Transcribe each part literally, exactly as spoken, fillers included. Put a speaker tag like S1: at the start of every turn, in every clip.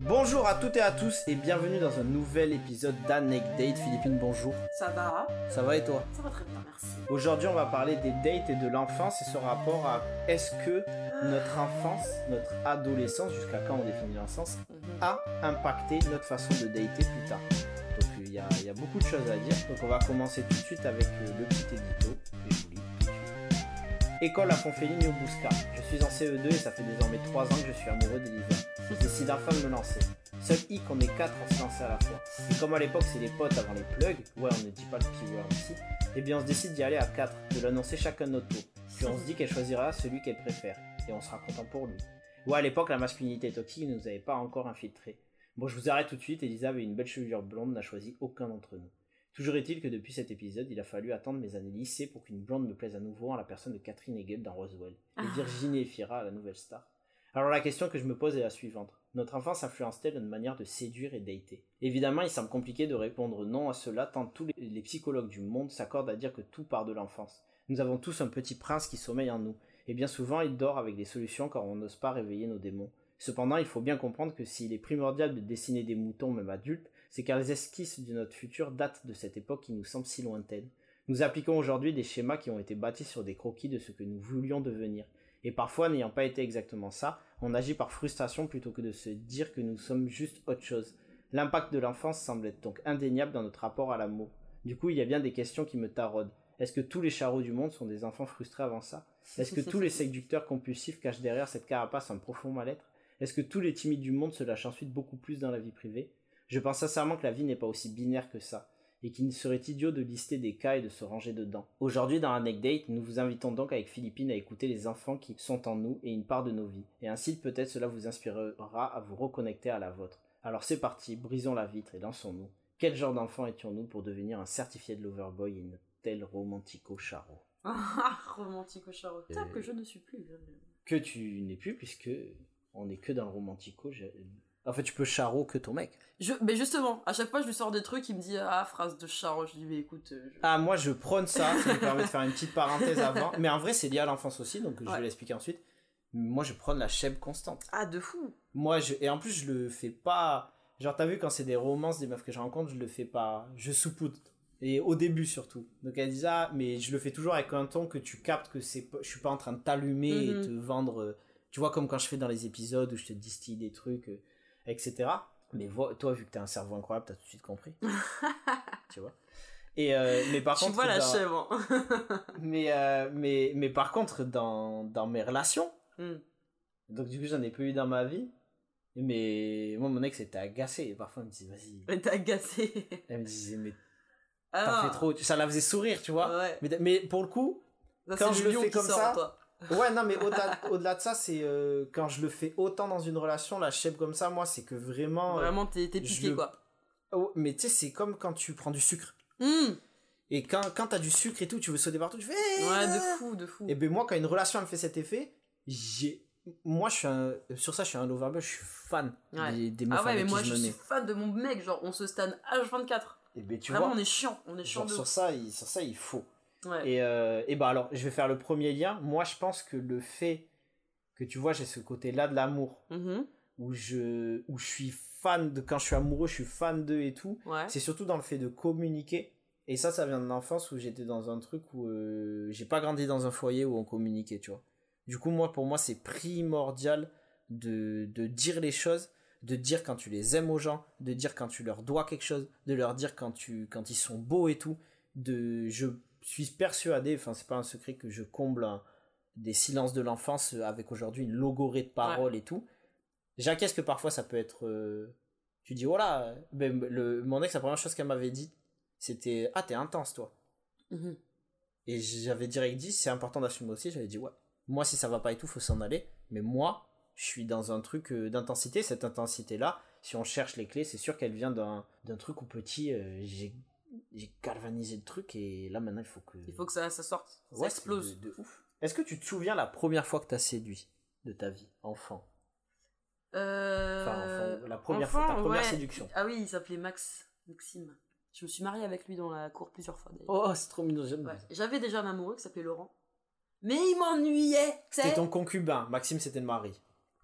S1: Bonjour à toutes et à tous et bienvenue dans un nouvel épisode d'Anecdate. Philippine, bonjour.
S2: Ça va?
S1: Ça va et toi?
S2: Ça va très bien, merci.
S1: Aujourd'hui, on va parler des dates et de l'enfance et ce rapport à est-ce que notre enfance, notre adolescence, jusqu'à quand on définit l'enfance,
S2: Mhm.
S1: a impacté notre façon de dater plus tard. Donc il y, y a beaucoup de choses à dire. Donc on va commencer tout de suite avec euh, le petit édito que je vous lis tout de suite. École à Fonfelini au Bousca. Je suis en C E deux et ça fait désormais trois ans que je suis amoureux d'Elisa. Je décide enfin de me lancer. Seul hic, on est quatre à se lancer à la fois. Et comme à l'époque c'est les potes avant les plugs, ouais on ne dit pas le keyword ici, et bien on se décide d'y aller à quatre, de l'annoncer chacun notre tour. Puis on se dit qu'elle choisira celui qu'elle préfère, et on sera content pour lui. Ouais, à l'époque la masculinité toxique ne nous avait pas encore infiltré. Bon, je vous arrête tout de suite, Elisa avait une belle chevelure blonde, n'a choisi aucun d'entre nous. Toujours est-il que depuis cet épisode, il a fallu attendre mes années lycée pour qu'une blonde me plaise à nouveau en la personne de Catherine Hegel dans Roswell, et Virginie Efira à la nouvelle star. Alors la question que je me pose est la suivante. Notre enfance influence-t-elle notre manière de séduire et dater? Évidemment, il semble compliqué de répondre non à cela tant tous les, les psychologues du monde s'accordent à dire que tout part de l'enfance. Nous avons tous un petit prince qui sommeille en nous, et bien souvent il dort avec des solutions car on n'ose pas réveiller nos démons. Cependant, il faut bien comprendre que s'il est primordial de dessiner des moutons même adultes, c'est car les esquisses de notre futur datent de cette époque qui nous semble si lointaine. Nous appliquons aujourd'hui des schémas qui ont été bâtis sur des croquis de ce que nous voulions devenir. Et parfois, n'ayant pas été exactement ça, on agit par frustration plutôt que de se dire que nous sommes juste autre chose. L'impact de l'enfance semble être donc indéniable dans notre rapport à l'amour. Du coup, il y a bien des questions qui me taraudent. Est-ce que tous les charros du monde sont des enfants frustrés avant ça? Est-ce que tous les séducteurs compulsifs cachent derrière cette carapace un profond mal-être? Est-ce que tous les timides du monde se lâchent ensuite beaucoup plus dans la vie privée? Je pense sincèrement que la vie n'est pas aussi binaire que ça, et qu'il serait idiot de lister des cas et de se ranger dedans. Aujourd'hui, dans Anecdate, nous vous invitons donc avec Philippine à écouter les enfants qui sont en nous et une part de nos vies, et ainsi peut-être cela vous inspirera à vous reconnecter à la vôtre. Alors c'est parti, brisons la vitre et lançons-nous. Quel genre d'enfant étions-nous pour devenir un certifié de loverboy et une telle romantico-charo?
S2: Ah, romantico-charo.
S1: Euh...
S2: Tape que je ne suis plus. Je...
S1: Que tu n'es plus, puisque on n'est que dans le romantico. Je... En fait, tu peux charo que ton mec.
S2: Je, mais justement, à chaque fois, je lui sors des trucs, il me dit ah, phrase de charo. Je lui dis, mais écoute. Je...
S1: Ah, moi, je prône ça. Ça me permet de faire une petite parenthèse avant. Mais en vrai, c'est lié à l'enfance aussi, donc je
S2: ouais.
S1: vais l'expliquer ensuite. Moi, je prône la chèvre constante.
S2: Ah, de fou.
S1: Moi, je... et en plus, je le fais pas. Genre, t'as vu, quand c'est des romances, des meufs que je rencontre, je le fais pas. Je soupoute. Et au début, surtout. Donc, elle dit ah, mais je le fais toujours avec un ton que tu captes que c'est pas... je suis pas en train de t'allumer mm-hmm. et te vendre. Tu vois, comme quand je fais dans les épisodes où je te distille des trucs, et cetera. Mais toi, vu que t'as un cerveau incroyable, t'as tout de suite compris. Tu vois. Et euh, mais par
S2: tu
S1: contre,
S2: vois la
S1: dans...
S2: chèvre.
S1: mais, euh, mais mais par contre, dans dans mes relations,
S2: mm.
S1: donc du coup, j'en ai peu eu dans ma vie. Mais moi, mon ex était agacé. Et parfois, elle me disait, vas-y.
S2: Elle était agacée.
S1: Elle me disait, mais
S2: ah.
S1: t'as fait trop. Ça la faisait sourire, tu vois.
S2: Ouais.
S1: Mais, mais pour le coup, ça, quand je le fais comme ça.
S2: Toi.
S1: Ouais, non, mais au-delà, au-delà de ça, c'est euh, quand je le fais autant dans une relation, la chèvre comme ça, moi, c'est que vraiment.
S2: Vraiment, euh, t'es, t'es piqué, le... quoi.
S1: Oh, mais tu sais, c'est comme quand tu prends du sucre.
S2: Mm.
S1: Et quand, quand t'as du sucre et tout, tu veux sauter partout, tu fais. Hey,
S2: ouais, de fou, de fou.
S1: Et ben moi, quand une relation elle me fait cet effet, j'ai. Moi, je suis un. Sur ça, je suis un loverboy, je suis fan
S2: ouais.
S1: des, des meufs
S2: ah ouais,
S1: avec
S2: mais moi,
S1: qui je
S2: je
S1: me
S2: suis
S1: mets.
S2: fan de mon mec, genre, on se stan H vingt-quatre.
S1: Et ben tu
S2: Vraiment,
S1: vois.
S2: on est chiant, on est chiant
S1: genre,
S2: de
S1: sur ça, il, sur ça, il faut.
S2: Ouais.
S1: Et, euh, et bah alors, je vais faire le premier lien. Moi, je pense que le fait que tu vois, j'ai ce côté-là de l'amour,
S2: mm-hmm.
S1: où, je, où je suis fan de. Quand je suis amoureux, je suis fan d'eux et tout.
S2: Ouais.
S1: C'est surtout dans le fait de communiquer. Et ça, ça vient de l'enfance où j'étais dans un truc où euh, j'ai pas grandi dans un foyer où on communiquait, tu vois. Du coup, moi, pour moi, c'est primordial de, de dire les choses, de dire quand tu les aimes aux gens, de dire quand tu leur dois quelque chose, de leur dire quand, tu, quand ils sont beaux et tout. De, je suis persuadé, enfin c'est pas un secret que je comble un, des silences de l'enfance avec aujourd'hui une logorée de paroles ouais. et tout. J'acquiesce que parfois ça peut être euh, tu dis voilà, ben, le, mon ex la première chose qu'elle m'avait dit c'était ah t'es intense toi mm-hmm. et j'avais direct dit c'est important d'assumer aussi, j'avais dit ouais moi si ça va pas et tout faut s'en aller, mais moi je suis dans un truc euh, d'intensité, cette intensité là si on cherche les clés c'est sûr qu'elle vient d'un, d'un truc où petit euh, j'ai j'ai galvanisé le truc et là maintenant il faut que
S2: il faut que ça, ça sorte, ça
S1: ouais,
S2: explose
S1: de, de ouf. Est-ce que tu te souviens la première fois que t'as séduit de ta vie enfant?
S2: euh...
S1: enfin enfant, la première
S2: enfant,
S1: fois ta première
S2: ouais.
S1: séduction.
S2: Ah oui, il s'appelait Max Maxime, je me suis mariée avec lui dans la cour plusieurs fois d'ailleurs.
S1: Oh c'est trop mignon, j'aime
S2: ouais. J'avais déjà un amoureux qui s'appelait Laurent mais il m'ennuyait,
S1: c'était ton concubin, Maxime c'était le mari.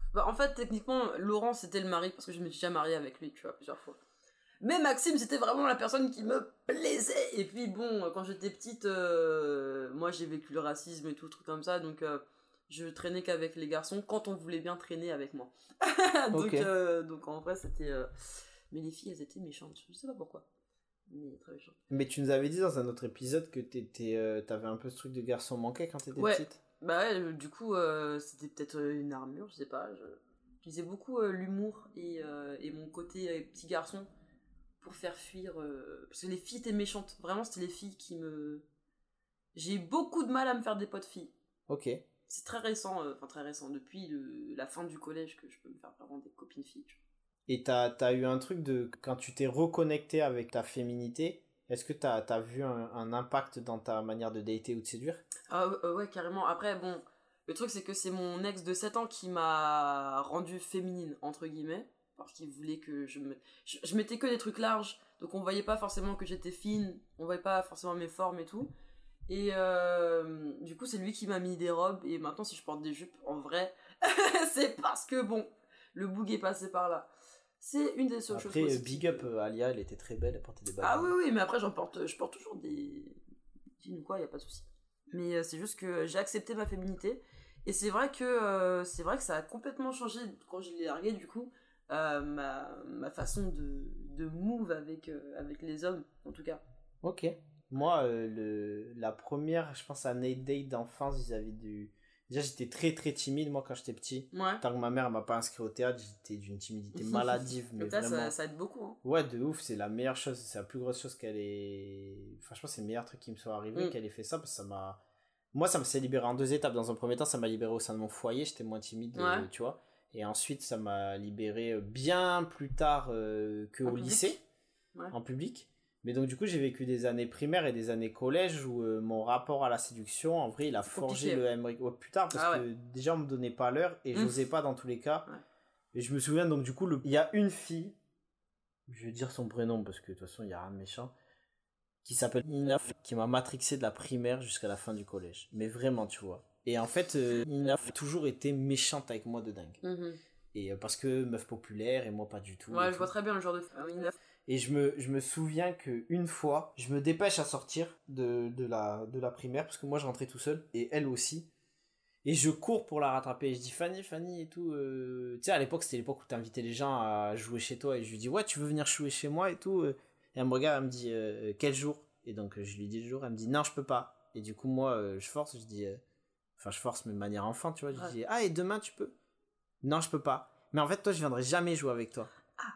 S2: Bah, en fait, techniquement, Laurent, c'était le mari, parce que je me suis déjà mariée avec lui, tu vois, plusieurs fois. Mais Maxime, c'était vraiment la personne qui me plaisait. Et puis, bon, quand j'étais petite, euh, moi, j'ai vécu le racisme et tout, truc comme ça, donc euh, je traînais qu'avec les garçons quand on voulait bien traîner avec moi. donc,
S1: Ok.
S2: euh, donc, en vrai, c'était... euh, Mais les filles, elles étaient méchantes, je sais pas pourquoi. Mais très méchantes.
S1: Mais tu nous avais dit dans un autre épisode que t'étais, euh, t'avais un peu ce truc de garçon manqué quand t'étais
S2: Ouais.
S1: petite.
S2: Bah ouais, euh, du coup, euh, c'était peut-être euh, une armure, je sais pas. Je utilisais beaucoup euh, l'humour et, euh, et mon côté euh, petit garçon pour faire fuir... euh, Parce que les filles étaient méchantes. Vraiment, c'était les filles qui me... J'ai eu beaucoup de mal à me faire des potes filles.
S1: Ok.
S2: C'est très récent, euh, enfin très récent, depuis le- la fin du collège que je peux me faire vraiment des copines filles. Tu vois.
S1: Et t'as, t'as eu un truc de... Quand tu t'es reconnecté avec ta féminité, est-ce que t'as, t'as vu un, un impact dans ta manière de dater ou de séduire?
S2: Ah ouais, euh, ouais, carrément. Après, bon, le truc c'est que c'est mon ex de sept ans qui m'a rendue féminine, entre guillemets. Parce qu'il voulait que je me... Je, je mettais que des trucs larges, donc on voyait pas forcément que j'étais fine, on voyait pas forcément mes formes et tout. Et euh, du coup, c'est lui qui m'a mis des robes, et maintenant si je porte des jupes, en vrai, c'est parce que, bon, le boug est passé par là. C'est une des seules choses
S1: Après, euh,
S2: positives.
S1: big up, euh, Alia, elle était très belle, elle portait des bagues.
S2: Ah oui, oui, mais après, j'en porte, je porte toujours des jeans ou quoi, y a pas de souci. Mais euh, c'est juste que j'ai accepté ma féminité. Et c'est vrai que euh, c'est vrai que ça a complètement changé quand je l'ai largué, du coup, euh, ma, ma façon de, de move avec, euh, avec les hommes, en tout cas.
S1: Ok. Moi, euh, le, la première, je pense, année date d'enfance vis-à-vis du... Déjà, j'étais très très timide, moi, quand j'étais petit.
S2: Ouais.
S1: Tant que ma mère m'a pas inscrit au théâtre, j'étais d'une timidité maladive, mais
S2: Le théâtre,
S1: vraiment...
S2: ça, ça aide beaucoup. Hein.
S1: Ouais, de ouf, c'est la meilleure chose, c'est la plus grosse chose qu'elle ait... Franchement, c'est le meilleur truc qui me soit arrivé,
S2: Mm.
S1: qu'elle ait fait ça, parce que ça m'a... Moi, ça me s'est libéré en deux étapes. Dans un premier temps, ça m'a libéré au sein de mon foyer, j'étais moins timide,
S2: Ouais.
S1: euh, tu vois. Et ensuite, ça m'a libéré euh, bien plus tard euh,
S2: En
S1: qu'au
S2: public.
S1: lycée,
S2: Ouais.
S1: en public. Mais donc, du coup, j'ai vécu des années primaires et des années collège où euh, mon rapport à la séduction, en vrai, il a
S2: C'est
S1: forgé
S2: compliqué.
S1: le Emmerich. Ouais, plus tard, parce
S2: Ah
S1: que déjà, on me donnait pas l'heure et
S2: Mm.
S1: j'osais pas dans tous les cas.
S2: Ouais.
S1: Et je me souviens, donc, du coup, le... il y a une fille, je vais dire son prénom parce que de toute façon, il y a rien de méchant, qui s'appelle Nina, qui m'a matrixé de la primaire jusqu'à la fin du collège. Mais vraiment, tu vois. Et en fait, euh, Nina a toujours été méchante avec moi de dingue.
S2: Mhm.
S1: Et euh, parce que meuf populaire et moi pas du tout.
S2: Ouais,
S1: et
S2: je
S1: tout.
S2: vois très bien le genre de. Ah oui, neuf.
S1: Et je me, je me souviens qu'une fois, je me dépêche à sortir de, de, la, de la primaire, parce que moi je rentrais tout seul, et elle aussi. Et je cours pour la rattraper. Et je dis Fanny, Fanny et tout. Euh... Tu sais, à l'époque, c'était l'époque où t'invitais les gens à jouer chez toi. Et je lui dis, ouais, tu veux venir jouer chez moi et tout. Et elle me regarde, elle me dit, euh, quel jour? Et donc je lui dis le jour, elle me dit, non, je peux pas. Et du coup, moi, euh, je force, je dis, euh... enfin, je force, mais de manière enfant, tu vois. Je
S2: Ouais.
S1: dis, ah, et demain, tu peux? Non, je peux pas. Mais en fait, toi, je viendrai jamais jouer avec toi.
S2: Ah.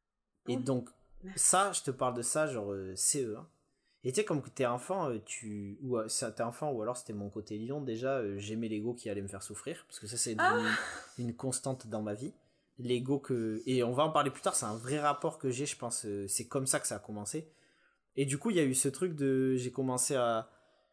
S1: Et
S2: Oui.
S1: donc, ça, je te parle de ça, genre euh, C E un. Et tu sais, comme t'es enfant, euh, tu. Ou euh, ça, t'es enfant, ou alors c'était mon côté lion, déjà, euh, j'aimais l'ego qui allait me faire souffrir, parce que ça, c'est devenu
S2: Ah.
S1: une constante dans ma vie. L'ego que. Et on va en parler plus tard, c'est un vrai rapport que j'ai, je pense, euh, c'est comme ça que ça a commencé. Et du coup, il y a eu ce truc de. J'ai commencé à.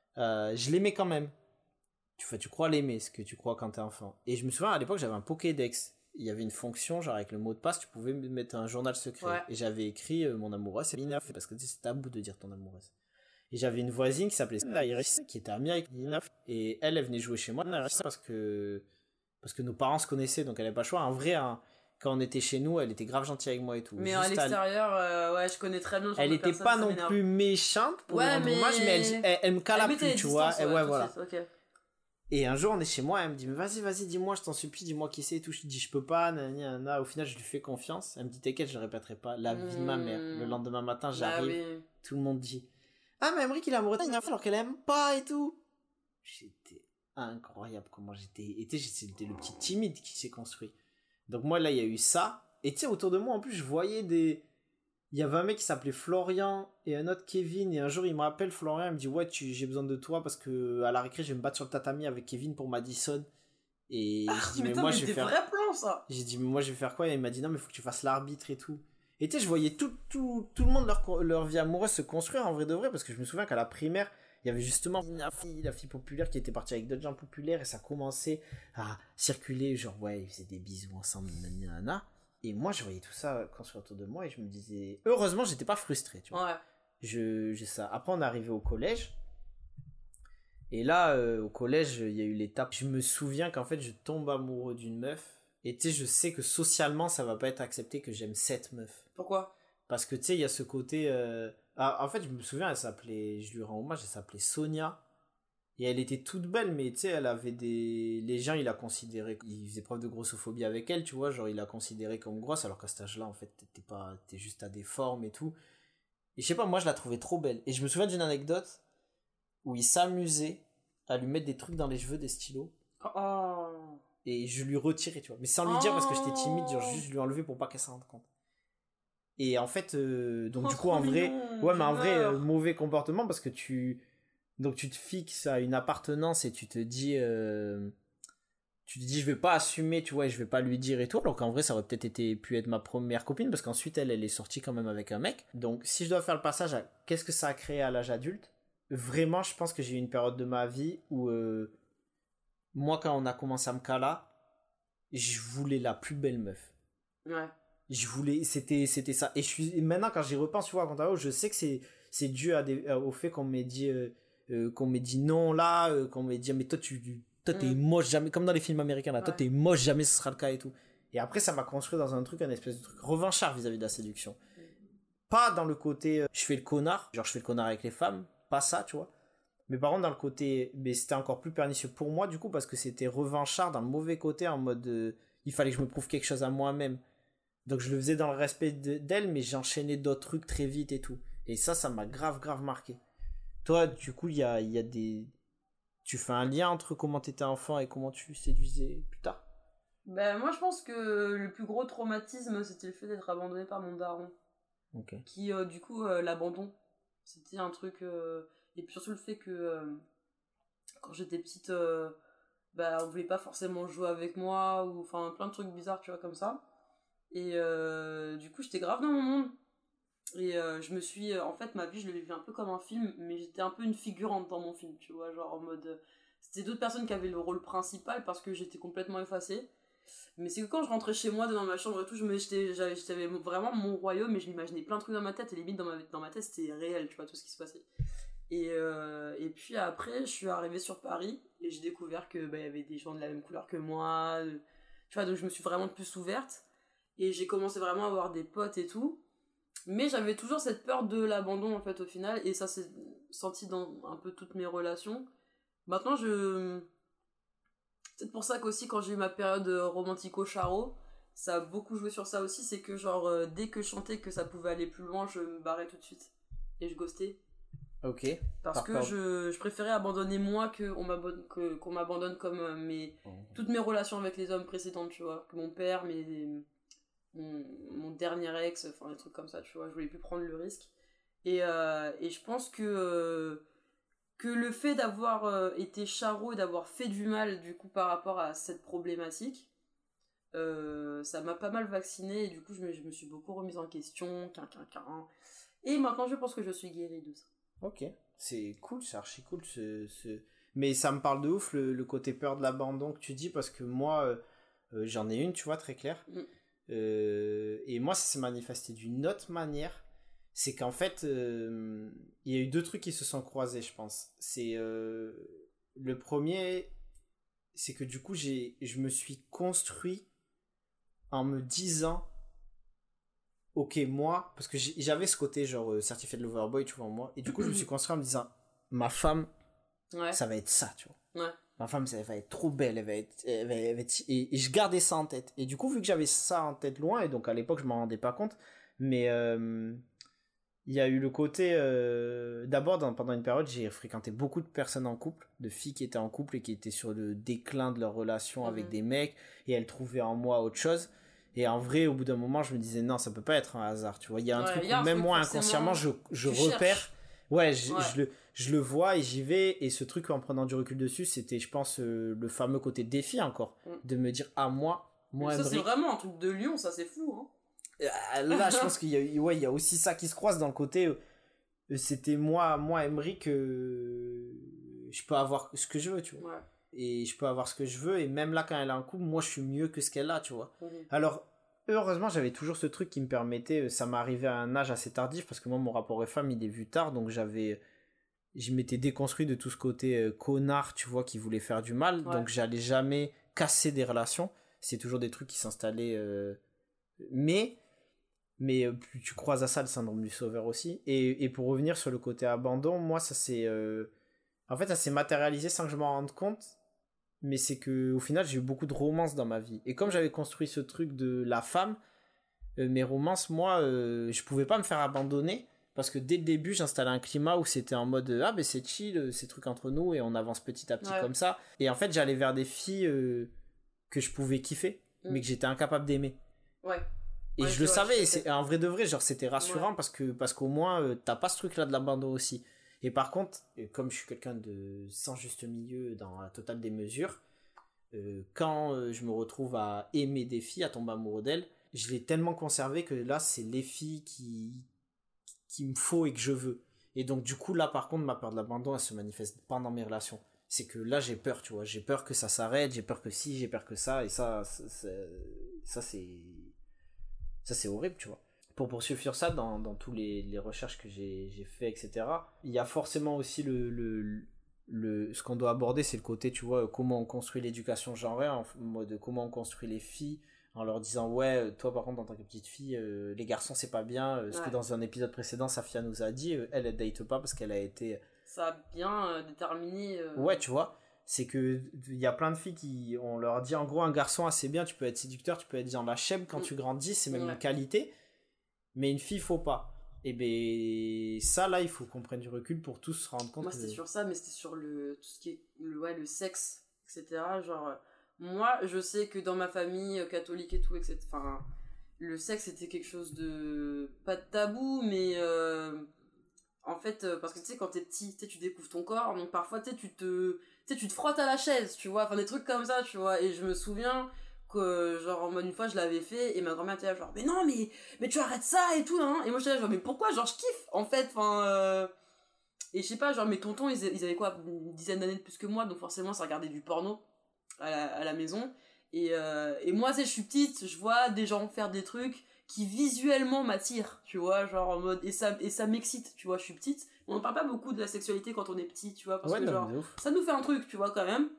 S1: à- je l'aimais quand même. Tu, enfin, tu crois l'aimer, ce que tu crois quand t'es enfant. Et je me souviens, à l'époque, j'avais un Pokédex. Il y avait une fonction, genre avec le mot de passe, tu pouvais mettre un journal secret.
S2: Ouais.
S1: Et j'avais écrit euh, mon amoureuse, c'est Nina, parce que tu sais, c'est tabou de dire ton amoureuse. Et j'avais une voisine qui s'appelait Iris, qui était amie avec Nina. Et elle, elle venait jouer chez moi parce que, parce que nos parents se connaissaient, donc elle n'avait pas le choix. En vrai, hein, quand on était chez nous, elle était grave gentille avec moi et tout.
S2: Mais
S1: Juste
S2: à l'extérieur, euh, ouais, je connais très bien le genre
S1: elle
S2: de
S1: était
S2: personne,
S1: pas
S2: ça
S1: non
S2: m'énerve.
S1: plus méchante pour
S2: Ouais,
S1: lui rendre
S2: mais-
S1: hommage, mais elle, elle, elle me cala
S2: Elle mettait
S1: plus,
S2: les
S1: tu vois.
S2: distances,
S1: Et
S2: ouais,
S1: ouais,
S2: tout de
S1: voilà.
S2: suite, ok.
S1: Et un jour, on est chez moi, elle me dit, mais vas-y, vas-y, dis-moi, je t'en supplie, dis-moi qui c'est et tout. Je dis, je peux pas, nanani, nanana. Au final, je lui fais confiance. Elle me dit, t'inquiète, je le répéterai pas. La vie de ma mère. Le lendemain matin,
S2: Bah
S1: j'arrive,
S2: oui.
S1: tout le monde dit, ah, mais Emmerich, il est amoureux de Nina alors qu'elle aime pas et tout. J'étais incroyable comment j'étais. Et tu sais, c'était le petit timide qui s'est construit. Donc moi, là, il y a eu ça. Et tu sais, autour de moi, en plus, je voyais des... Il y avait un mec qui s'appelait Florian et un autre Kevin. Et un jour, il me rappelle, Florian, il me dit, ouais, tu, j'ai besoin de toi parce que à la récré, je vais me battre sur le tatami avec Kevin pour Madison. Et je dis, mais,
S2: Putain,
S1: moi,
S2: mais
S1: je vais
S2: des
S1: faire...
S2: vrais plans, ça.
S1: J'ai dit, mais moi, je vais faire quoi? Et il m'a dit, non, mais faut que tu fasses l'arbitre et tout. Et tu sais, je voyais tout, tout, tout le monde, leur, leur vie amoureuse se construire en vrai de vrai. Parce que je me souviens qu'à la primaire, il y avait justement la fille, la fille populaire qui était partie avec d'autres gens populaires. Et ça commençait à circuler. Genre, ouais, ils faisaient des bisous ensemble, nanana. Et moi, je voyais tout ça construire autour de moi. Et je me disais, heureusement, j'étais pas frustré, tu vois.
S2: Ouais.
S1: Je, j'ai ça. Après, on est arrivé au collège. Et là, euh, au collège, il y a eu l'étape. Je me souviens qu'en fait, je tombe amoureux d'une meuf. Et tu sais, je sais que socialement, ça va pas être accepté que j'aime cette meuf.
S2: Pourquoi?
S1: Parce que tu sais, il y a ce côté... Euh... Ah, en fait, je me souviens, elle s'appelait... Je lui rends hommage, elle s'appelait Sonia. Et elle était toute belle, mais tu sais, elle avait des... Les gens, il la considéraient... Ils faisaient preuve de grossophobie avec elle, tu vois. Genre, il la considérait comme grosse, alors qu'à cet âge-là, en fait, t'étais pas... T'es juste à des formes et tout. Et je sais pas, moi, je la trouvais trop belle. Et je me souviens d'une anecdote où il s'amusait à lui mettre des trucs dans les cheveux, des stylos.
S2: Oh.
S1: Et je lui retirais, tu vois. Mais sans lui dire, parce que j'étais timide, genre juste lui enlever pour pas qu'elle s'en rende compte. Et en fait, euh, donc
S2: Oh,
S1: du coup, en vrai...
S2: mignon,
S1: Ouais, mais en vrai,
S2: meurs.
S1: euh, mauvais comportement, parce que tu... Donc tu te fixes à une appartenance et tu te dis... Euh... Tu te dis, je vais pas assumer, tu vois, et je vais pas lui dire et tout. Alors qu'en vrai, ça aurait peut-être été, pu être ma première copine, parce qu'ensuite, elle, elle est sortie quand même avec un mec. Donc, si je dois faire le passage à qu'est-ce que ça a créé à l'âge adulte, vraiment, je pense que j'ai eu une période de ma vie où... Euh... Moi, quand on a commencé à me caler, je voulais la plus belle meuf.
S2: Ouais.
S1: Je voulais, c'était, c'était ça. Et je suis, et maintenant, quand j'y repense, tu vois, à je sais que c'est, c'est dû à des, au fait qu'on m'ait dit, euh, euh, qu'on m'ait dit non là, euh, qu'on m'ait dit, mais toi, tu, toi, t'es
S2: Mm.
S1: moche jamais, comme dans les films américains là,
S2: Ouais.
S1: toi, t'es moche jamais, ce sera le cas et tout. Et après, ça m'a construit dans un truc, un espèce de truc revanchard vis-à-vis de la séduction.
S2: Mm.
S1: Pas dans le côté, euh, je fais le connard, genre je fais le connard avec les femmes, pas ça, tu vois. Mais par contre, dans le côté, mais c'était encore plus pernicieux pour moi, du coup, parce que c'était revanchard dans le mauvais côté, en mode, euh, il fallait que je me prouve quelque chose à moi-même. Donc je le faisais dans le respect de, d'elle, mais j'enchaînais d'autres trucs très vite et tout. Et ça, ça m'a grave, grave marqué. Toi, du coup, il y a, y a des... Tu fais un lien entre comment t'étais enfant et comment tu séduisais plus tard?
S2: Ben, moi, je pense que le plus gros traumatisme, c'était le fait d'être abandonné par mon daron.
S1: Ok.
S2: Qui, euh, du coup, euh, l'abandon. C'était un truc... euh, Et puis surtout le fait que, euh, quand j'étais petite, euh, bah, on voulait pas forcément jouer avec moi, ou enfin, plein de trucs bizarres, tu vois, comme ça. Et euh, du coup, j'étais grave dans mon monde. Et euh, je me suis... euh, En fait, ma vie, je l'ai vécu un peu comme un film, mais j'étais un peu une figurante dans mon film, tu vois, genre en mode... euh, C'était d'autres personnes qui avaient le rôle principal parce que j'étais complètement effacée. Mais c'est que quand je rentrais chez moi, dans ma chambre et tout, je me, j'étais, j'avais, j'avais vraiment mon royaume et je m'imaginais plein de trucs dans ma tête. Et limite, dans ma, dans ma tête, c'était réel, tu vois, tout ce qui se passait. Et, euh, et puis après, je suis arrivée sur Paris et j'ai découvert que bah, y avait des gens de la même couleur que moi. euh, Tu vois, donc je me suis vraiment plus ouverte. Et j'ai commencé vraiment à avoir des potes et tout. Mais j'avais toujours cette peur de l'abandon, en fait, au final. Et ça s'est senti dans un peu toutes mes relations. Maintenant, je... C'est pour ça qu'aussi, quand j'ai eu ma période romantico-charo, ça a beaucoup joué sur ça aussi. C'est que, genre, euh, dès que je sentais que ça pouvait aller plus loin, je me barrais tout de suite. Et je ghostais.
S1: Ok.
S2: Parce
S1: Par
S2: que
S1: contre-
S2: je, je préférais abandonner moi que on m'abonne, que, qu'on m'abandonne comme euh, mes, toutes mes relations avec les hommes précédentes, tu vois. Que mon père, mes, mon, mon dernier ex, enfin des trucs comme ça, tu vois. Je voulais plus prendre le risque. Et, euh, et je pense que, euh, que le fait d'avoir euh, été charo et d'avoir fait du mal, du coup, par rapport à cette problématique, euh, ça m'a pas mal vaccinée. Et du coup, je me, je me suis beaucoup remise en question. Quin, quin, quin. Et maintenant, je pense que je suis guérie de ça.
S1: Ok. C'est cool, c'est archi cool. Ce, ce... Mais ça me parle de ouf, le, le côté peur de l'abandon que tu dis, parce que moi, euh, euh, j'en ai une, tu vois, très claire.
S2: Mm.
S1: Euh, et moi, ça s'est manifesté d'une autre manière. C'est qu'en fait, euh, il y a eu deux trucs qui se sont croisés, je pense. C'est euh, le premier, c'est que du coup, j'ai, je me suis construit en me disant, ok, moi, parce que j'ai- j'avais ce côté genre euh, certifié de loverboy, tu vois, en moi. Et du coup, je me suis construit en me disant, ma femme,
S2: Ouais.
S1: ça va être ça, tu vois.
S2: Ouais.
S1: Ma femme, ça, elle va être trop belle, elle va être, elle va, elle va être- et, et je gardais ça en tête. Et du coup, vu que j'avais ça en tête loin, et donc à l'époque, je m'en rendais pas compte, mais euh, il y a eu le côté, euh, d'abord, dans- pendant une période, j'ai fréquenté beaucoup de personnes en couple, de filles qui étaient en couple et qui étaient sur le déclin de leur relation avec
S2: Mhm.
S1: des mecs, et elles trouvaient en moi autre chose. Et en vrai, au bout d'un moment, je me disais, non, ça peut pas être un hasard, tu vois. Il y a un
S2: Ouais,
S1: truc
S2: il y a
S1: où
S2: un
S1: même
S2: truc,
S1: moi,
S2: forcément,
S1: inconsciemment, je, je
S2: tu
S1: repère.
S2: cherches.
S1: Ouais, je,
S2: Ouais.
S1: je le, je le vois et j'y vais. Et ce truc, en prenant du recul dessus, c'était, je pense, euh, le fameux côté défi encore.
S2: Mm.
S1: De me dire, ah, moi, moi,
S2: ça, c'est
S1: Emric,
S2: vraiment un truc de lion, ça, c'est fou, hein.
S1: euh, là, je pense qu'il y a, ouais, il y a aussi ça qui se croise dans le côté. euh, euh, c'était moi, moi, Emric, euh, je peux avoir ce que je veux, tu vois.
S2: Ouais.
S1: Et je peux avoir ce que je veux. Et même là, quand elle a un couple, moi, je suis mieux que ce qu'elle a, tu vois.
S2: Mhm.
S1: Alors, heureusement, j'avais toujours ce truc qui me permettait, euh, ça m'est arrivé à un âge assez tardif, parce que moi, mon rapport aux femmes, il est vu tard, donc j'avais, je m'étais déconstruit de tout ce côté euh, connard, tu vois, qui voulait faire du mal,
S2: Ouais.
S1: donc j'allais jamais casser des relations. c'est toujours des trucs qui s'installaient. Euh... Mais, mais euh, tu croises à ça le syndrome du sauveur aussi. Et, et pour revenir sur le côté abandon, moi, ça s'est. Euh... En fait, ça s'est matérialisé sans que je m'en rende compte. Mais c'est que au final, j'ai eu beaucoup de romances dans ma vie. Et comme j'avais construit ce truc de la femme, euh, mes romances, moi, euh, je pouvais pas me faire abandonner. Parce que dès le début, j'installais un climat où c'était en mode ah ben c'est chill, ces trucs entre nous et on avance petit à petit ouais. comme ça. Et en fait, j'allais vers des filles euh, que je pouvais kiffer, mm. mais que j'étais incapable d'aimer.
S2: Ouais.
S1: Et
S2: ouais,
S1: je le
S2: vois,
S1: savais,
S2: je
S1: et c'est en vrai de vrai, genre c'était rassurant ouais. parce que parce qu'au moins euh, t'as pas ce truc-là de l'abandon aussi. Et par contre, comme je suis quelqu'un de sans juste milieu dans la totale des mesures, euh, quand euh, je me retrouve à aimer des filles, à tomber amoureux d'elles, je l'ai tellement conservé que là, c'est les filles qui qu'il me faut et que je veux. Et donc du coup là par contre ma peur de l'abandon elle se manifeste pendant mes relations. C'est que là j'ai peur, tu vois, j'ai peur que ça s'arrête, j'ai peur que si, j'ai peur que ça, et ça ça, ça, ça c'est ça c'est horrible, tu vois. Pour poursuivre sur ça, dans, dans tous les, les recherches que j'ai, j'ai fait, et cetera, il y a forcément aussi le, le, le ce qu'on doit aborder, c'est le côté, tu vois, comment on construit l'éducation genrée, en mode comment on construit les filles, en leur disant ouais toi par contre en tant que petite fille euh, les garçons c'est pas bien euh, ce ouais. que dans un épisode précédent Safia nous a dit euh, elle elle date pas parce qu'elle a été
S2: ça a bien euh, déterminé euh...
S1: ouais tu vois c'est que il y a plein de filles qui on leur dit en gros un garçon assez bien tu peux être séducteur tu peux être dans la chèvre quand mm. tu grandis c'est même ouais. une qualité mais une fille faut pas et ben ça là il faut qu'on prenne du recul pour tous se rendre compte
S2: moi c'était que... sur ça mais c'était sur le tout ce qui est le, ouais, le sexe etc genre moi, je sais que dans ma famille catholique et tout, et cetera, enfin, le sexe c'était quelque chose de pas de tabou, mais euh, en fait, parce que tu sais, quand t'es petit, tu découvres ton corps, donc parfois tu tu te, tu te frottes à la chaise, tu vois, enfin des trucs comme ça, tu vois. Et je me souviens que genre en mode une fois je l'avais fait et ma grand-mère était là genre mais non mais mais tu arrêtes ça et tout, hein. Et moi j'étais là genre mais pourquoi, genre je kiffe en fait, enfin. Euh... Et je sais pas, genre mes tontons ils, ils avaient quoi, une dizaine d'années de plus que moi, donc forcément ça regardait du porno. À la, à la maison et, euh, et moi tu sais je suis petite je vois des gens faire des trucs qui visuellement m'attirent tu vois genre en mode et ça, et ça m'excite tu vois je suis petite on en parle pas beaucoup de la sexualité quand on est petit tu vois parce ouais, que non, genre ça nous fait un truc tu vois quand même